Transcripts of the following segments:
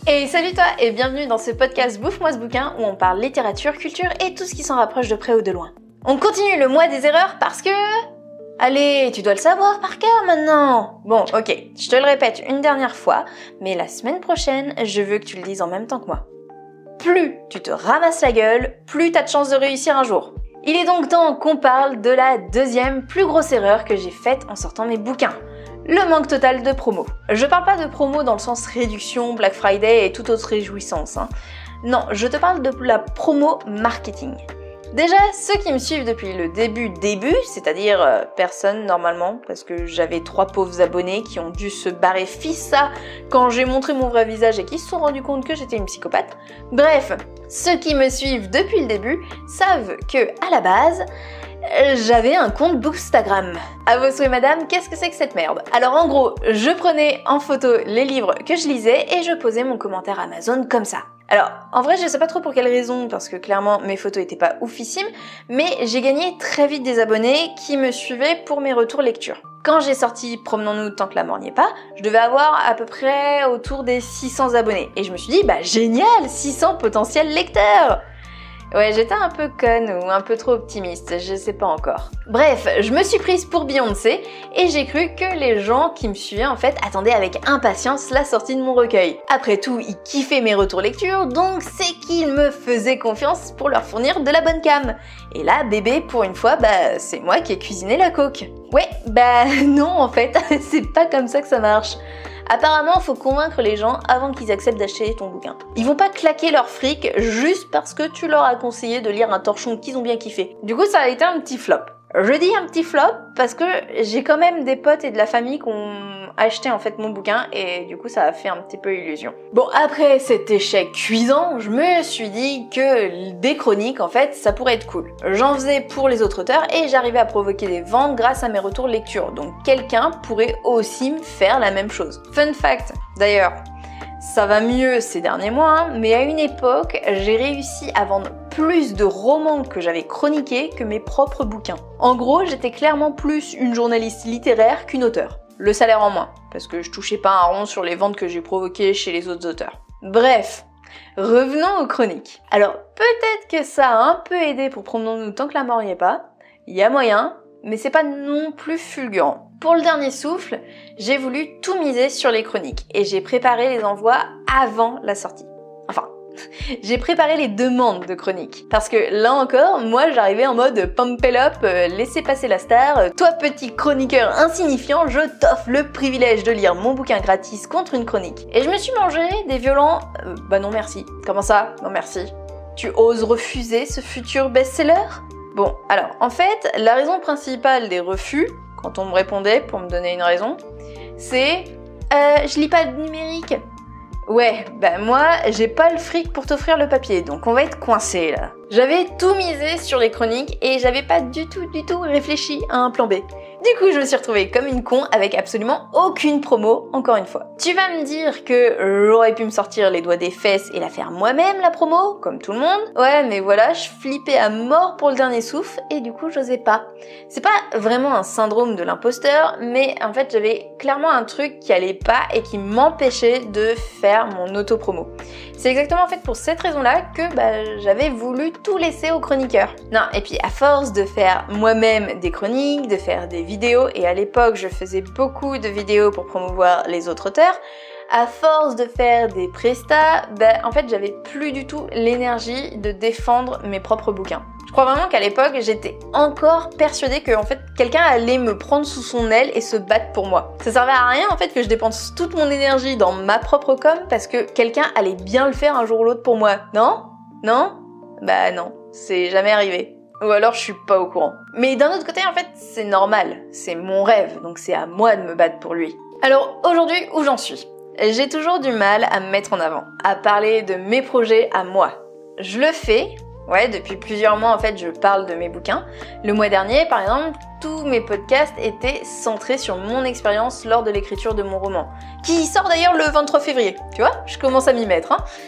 Et salut toi et bienvenue dans ce podcast Bouffe-moi ce bouquin où on parle littérature, culture et tout ce qui s'en rapproche de près ou de loin. On continue le mois des erreurs parce que... Allez, tu dois le savoir par cœur maintenant. Bon, ok, je te le répète une dernière fois, mais la semaine prochaine, je veux que tu le dises en même temps que moi. Plus tu te ramasses la gueule, plus t'as de chances de réussir un jour. Il est donc temps qu'on parle de la deuxième plus grosse erreur que j'ai faite en sortant mes bouquins. Le manque total de promo. Je parle pas de promo dans le sens réduction, Black Friday et toute autre réjouissance. Non, je te parle de la promo marketing. Déjà, ceux qui me suivent depuis le début, c'est-à-dire personne normalement, parce que j'avais 3 pauvres abonnés qui ont dû se barrer fissa quand j'ai montré mon vrai visage et qui se sont rendus compte que j'étais une psychopathe. Bref, ceux qui me suivent depuis le début savent que, à la base, j'avais un compte Bookstagram. À vos souhaits madame, qu'est-ce que c'est que cette merde? Alors en gros, je prenais en photo les livres que je lisais et je posais mon commentaire Amazon comme ça. Alors, en vrai, je sais pas trop pour quelle raison, parce que clairement, mes photos étaient pas oufissimes, mais j'ai gagné très vite des abonnés qui me suivaient pour mes retours lecture. Quand j'ai sorti Promenons-nous tant que la mort n'y est pas, je devais avoir à peu près autour des 600 abonnés. Et je me suis dit, bah génial, 600 potentiels lecteurs! Ouais, j'étais un peu conne ou un peu trop optimiste, je sais pas encore. Bref, je me suis prise pour Beyoncé et j'ai cru que les gens qui me suivaient en fait attendaient avec impatience la sortie de mon recueil. Après tout, ils kiffaient mes retours lecture, donc c'est qu'ils me faisaient confiance pour leur fournir de la bonne cam. Et là, bébé, pour une fois, bah c'est moi qui ai cuisiné la coke. Ouais, bah non en fait, c'est pas comme ça que ça marche. Apparemment, faut convaincre les gens avant qu'ils acceptent d'acheter ton bouquin. Ils vont pas claquer leur fric juste parce que tu leur as conseillé de lire un torchon qu'ils ont bien kiffé. Du coup, ça a été un petit flop. Je dis un petit flop parce que j'ai quand même des potes et de la famille qui ont acheté en fait mon bouquin et du coup ça a fait un petit peu illusion. Bon, après cet échec cuisant, je me suis dit que des chroniques en fait ça pourrait être cool. J'en faisais pour les autres auteurs et j'arrivais à provoquer des ventes grâce à mes retours lecture, donc quelqu'un pourrait aussi me faire la même chose. Fun fact d'ailleurs, ça va mieux ces derniers mois, mais à une époque, j'ai réussi à vendre plus de romans que j'avais chroniqués que mes propres bouquins. En gros, j'étais clairement plus une journaliste littéraire qu'une auteure. Le salaire en moins, parce que je touchais pas un rond sur les ventes que j'ai provoquées chez les autres auteurs. Bref, revenons aux chroniques. Alors, peut-être que ça a un peu aidé pour Promenons-nous tant que la mort n'y est pas. Il y a moyen, mais c'est pas non plus fulgurant. Pour le dernier souffle, j'ai voulu tout miser sur les chroniques et j'ai préparé les envois avant la sortie. Enfin, j'ai préparé les demandes de chroniques. Parce que là encore, moi j'arrivais en mode pump it up, laissez passer la star. Toi petit chroniqueur insignifiant, je t'offre le privilège de lire mon bouquin gratis contre une chronique. Et je me suis mangé des violents bah non merci. Comment ça? Non merci. Tu oses refuser ce futur best-seller? Bon, alors en fait, la raison principale des refus, quand on me répondait pour me donner une raison, c'est je lis pas de numérique. Ouais, bah moi, j'ai pas le fric pour t'offrir le papier, donc on va être coincé là. J'avais tout misé sur les chroniques et j'avais pas du tout réfléchi à un plan B. Du coup, je me suis retrouvée comme une con avec absolument aucune promo, encore une fois. Tu vas me dire que j'aurais pu me sortir les doigts des fesses et la faire moi-même, la promo, comme tout le monde. Ouais, mais voilà, je flippais à mort pour le dernier souffle et du coup, j'osais pas. C'est pas vraiment un syndrome de l'imposteur, mais en fait, j'avais clairement un truc qui allait pas et qui m'empêchait de faire mon auto-promo. C'est exactement en fait pour cette raison-là que j'avais voulu tout laisser aux chroniqueurs. Non, et puis à force de faire moi-même des chroniques, de faire des vidéos, et à l'époque je faisais beaucoup de vidéos pour promouvoir les autres auteurs, à force de faire des prestats, en fait j'avais plus du tout l'énergie de défendre mes propres bouquins. Je crois vraiment qu'à l'époque j'étais encore persuadée que en fait quelqu'un allait me prendre sous son aile et se battre pour moi. Ça servait à rien en fait que je dépense toute mon énergie dans ma propre com parce que quelqu'un allait bien le faire un jour ou l'autre pour moi. Non? Non? Bah non, c'est jamais arrivé. Ou alors je suis pas au courant. Mais d'un autre côté en fait c'est normal, c'est mon rêve, donc c'est à moi de me battre pour lui. Alors aujourd'hui où j'en suis? J'ai toujours du mal à me mettre en avant, à parler de mes projets à moi. Je le fais, ouais, depuis plusieurs mois en fait je parle de mes bouquins. Le mois dernier par exemple, tous mes podcasts étaient centrés sur mon expérience lors de l'écriture de mon roman, qui sort d'ailleurs le 23 février, tu vois, je commence à m'y mettre.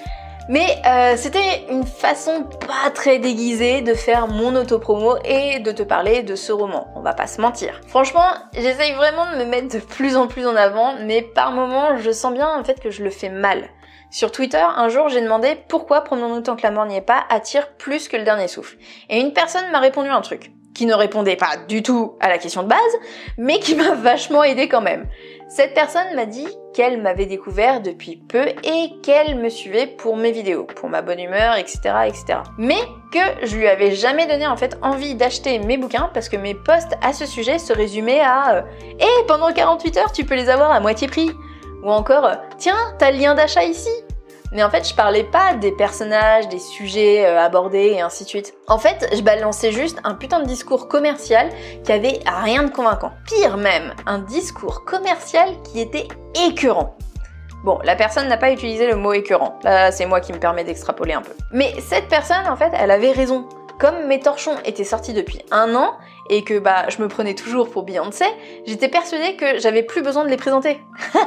Mais c'était une façon pas très déguisée de faire mon autopromo et de te parler de ce roman, on va pas se mentir. Franchement, j'essaye vraiment de me mettre de plus en plus en avant, mais par moments, je sens bien en fait que je le fais mal. Sur Twitter, un jour, j'ai demandé pourquoi Promenons-nous tant que la mort n'y est pas attire plus que le dernier souffle. Et une personne m'a répondu un truc, qui ne répondait pas du tout à la question de base, mais qui m'a vachement aidé quand même. Cette personne m'a dit qu'elle m'avait découvert depuis peu et qu'elle me suivait pour mes vidéos, pour ma bonne humeur, etc., etc. Mais que je lui avais jamais donné en fait envie d'acheter mes bouquins parce que mes posts à ce sujet se résumaient à « Eh, pendant 48 heures, tu peux les avoir à moitié prix !» ou encore « Tiens, t'as le lien d'achat ici !» Mais en fait, je parlais pas des personnages, des sujets abordés et ainsi de suite. En fait, je balançais juste un putain de discours commercial qui avait rien de convaincant. Pire même, un discours commercial qui était écœurant. Bon, la personne n'a pas utilisé le mot écœurant. Là, c'est moi qui me permets d'extrapoler un peu. Mais cette personne, en fait, elle avait raison. Comme mes torchons étaient sortis depuis 1 an, et que je me prenais toujours pour Beyoncé, j'étais persuadée que j'avais plus besoin de les présenter.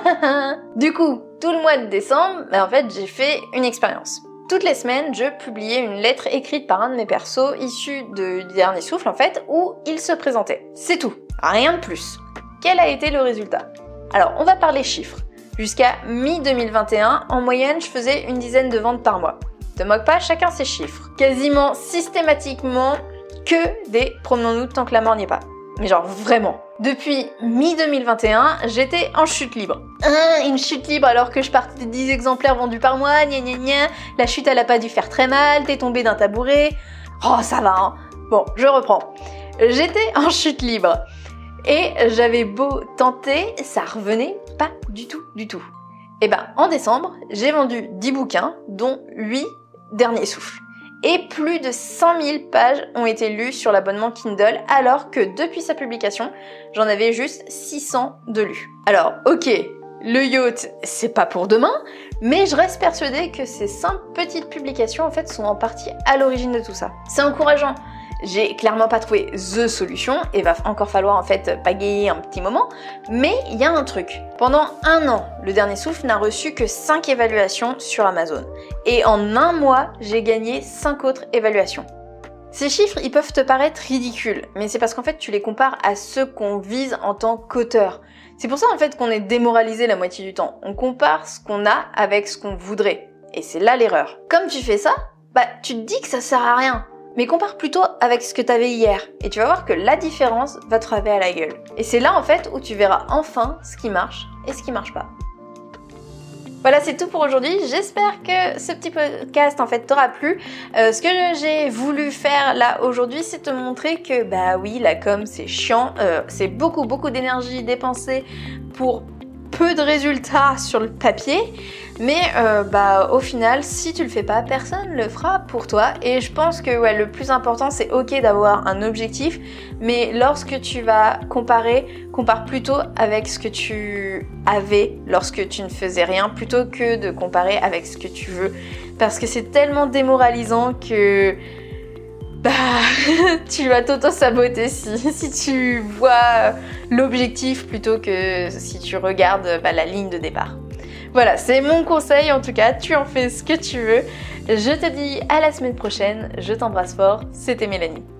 Du coup, tout le mois de décembre, en fait, j'ai fait une expérience. Toutes les semaines, je publiais une lettre écrite par un de mes persos, issue du dernier souffle en fait, où il se présentait. C'est tout, rien de plus. Quel a été le résultat? Alors, on va parler chiffres. Jusqu'à mi-2021, en moyenne, je faisais une dizaine de ventes par mois. Te moque pas, chacun ses chiffres. Quasiment systématiquement, que des promenons-nous tant que la mort n'y est pas. Mais genre vraiment. Depuis mi-2021, j'étais en chute libre. Une chute libre alors que je partais de 10 exemplaires vendus par mois, gna gna gna. La chute elle a pas dû faire très mal, t'es tombé d'un tabouret. Oh ça va hein. Bon, je reprends. J'étais en chute libre. Et j'avais beau tenter, ça revenait pas du tout. Et en décembre, j'ai vendu 10 bouquins, dont 8 derniers souffles. Et plus de 100 000 pages ont été lues sur l'abonnement Kindle, alors que depuis sa publication, j'en avais juste 600 de lus. Alors, ok, le yacht, c'est pas pour demain, mais je reste persuadée que ces simples petites publications, en fait, sont en partie à l'origine de tout ça. C'est encourageant. J'ai clairement pas trouvé THE solution, et va encore falloir en fait pagayer un petit moment, mais il y a un truc. Pendant 1 an, le dernier souffle n'a reçu que 5 évaluations sur Amazon. Et en 1 mois, j'ai gagné 5 autres évaluations. Ces chiffres, ils peuvent te paraître ridicules, mais c'est parce qu'en fait tu les compares à ceux qu'on vise en tant qu'auteur. C'est pour ça en fait qu'on est démoralisé la moitié du temps. On compare ce qu'on a avec ce qu'on voudrait. Et c'est là l'erreur. Comme tu fais ça, tu te dis que ça sert à rien. Mais compare plutôt avec ce que t'avais hier, et tu vas voir que la différence va te frapper à la gueule. Et c'est là en fait où tu verras enfin ce qui marche et ce qui marche pas. Voilà, c'est tout pour aujourd'hui. J'espère que ce petit podcast en fait t'aura plu. Ce que j'ai voulu faire là aujourd'hui, c'est te montrer que oui, la com c'est chiant, c'est beaucoup d'énergie dépensée pour peu de résultats sur le papier, mais au final, si tu le fais pas, personne le fera pour toi. Et je pense que le plus important, c'est ok d'avoir un objectif, mais lorsque tu vas comparer, compare plutôt avec ce que tu avais lorsque tu ne faisais rien, plutôt que de comparer avec ce que tu veux, parce que c'est tellement démoralisant que tu vas t'auto-saboter si tu vois l'objectif plutôt que si tu regardes la ligne de départ. Voilà, c'est mon conseil en tout cas, tu en fais ce que tu veux. Je te dis à la semaine prochaine, je t'embrasse fort, c'était Mélanie.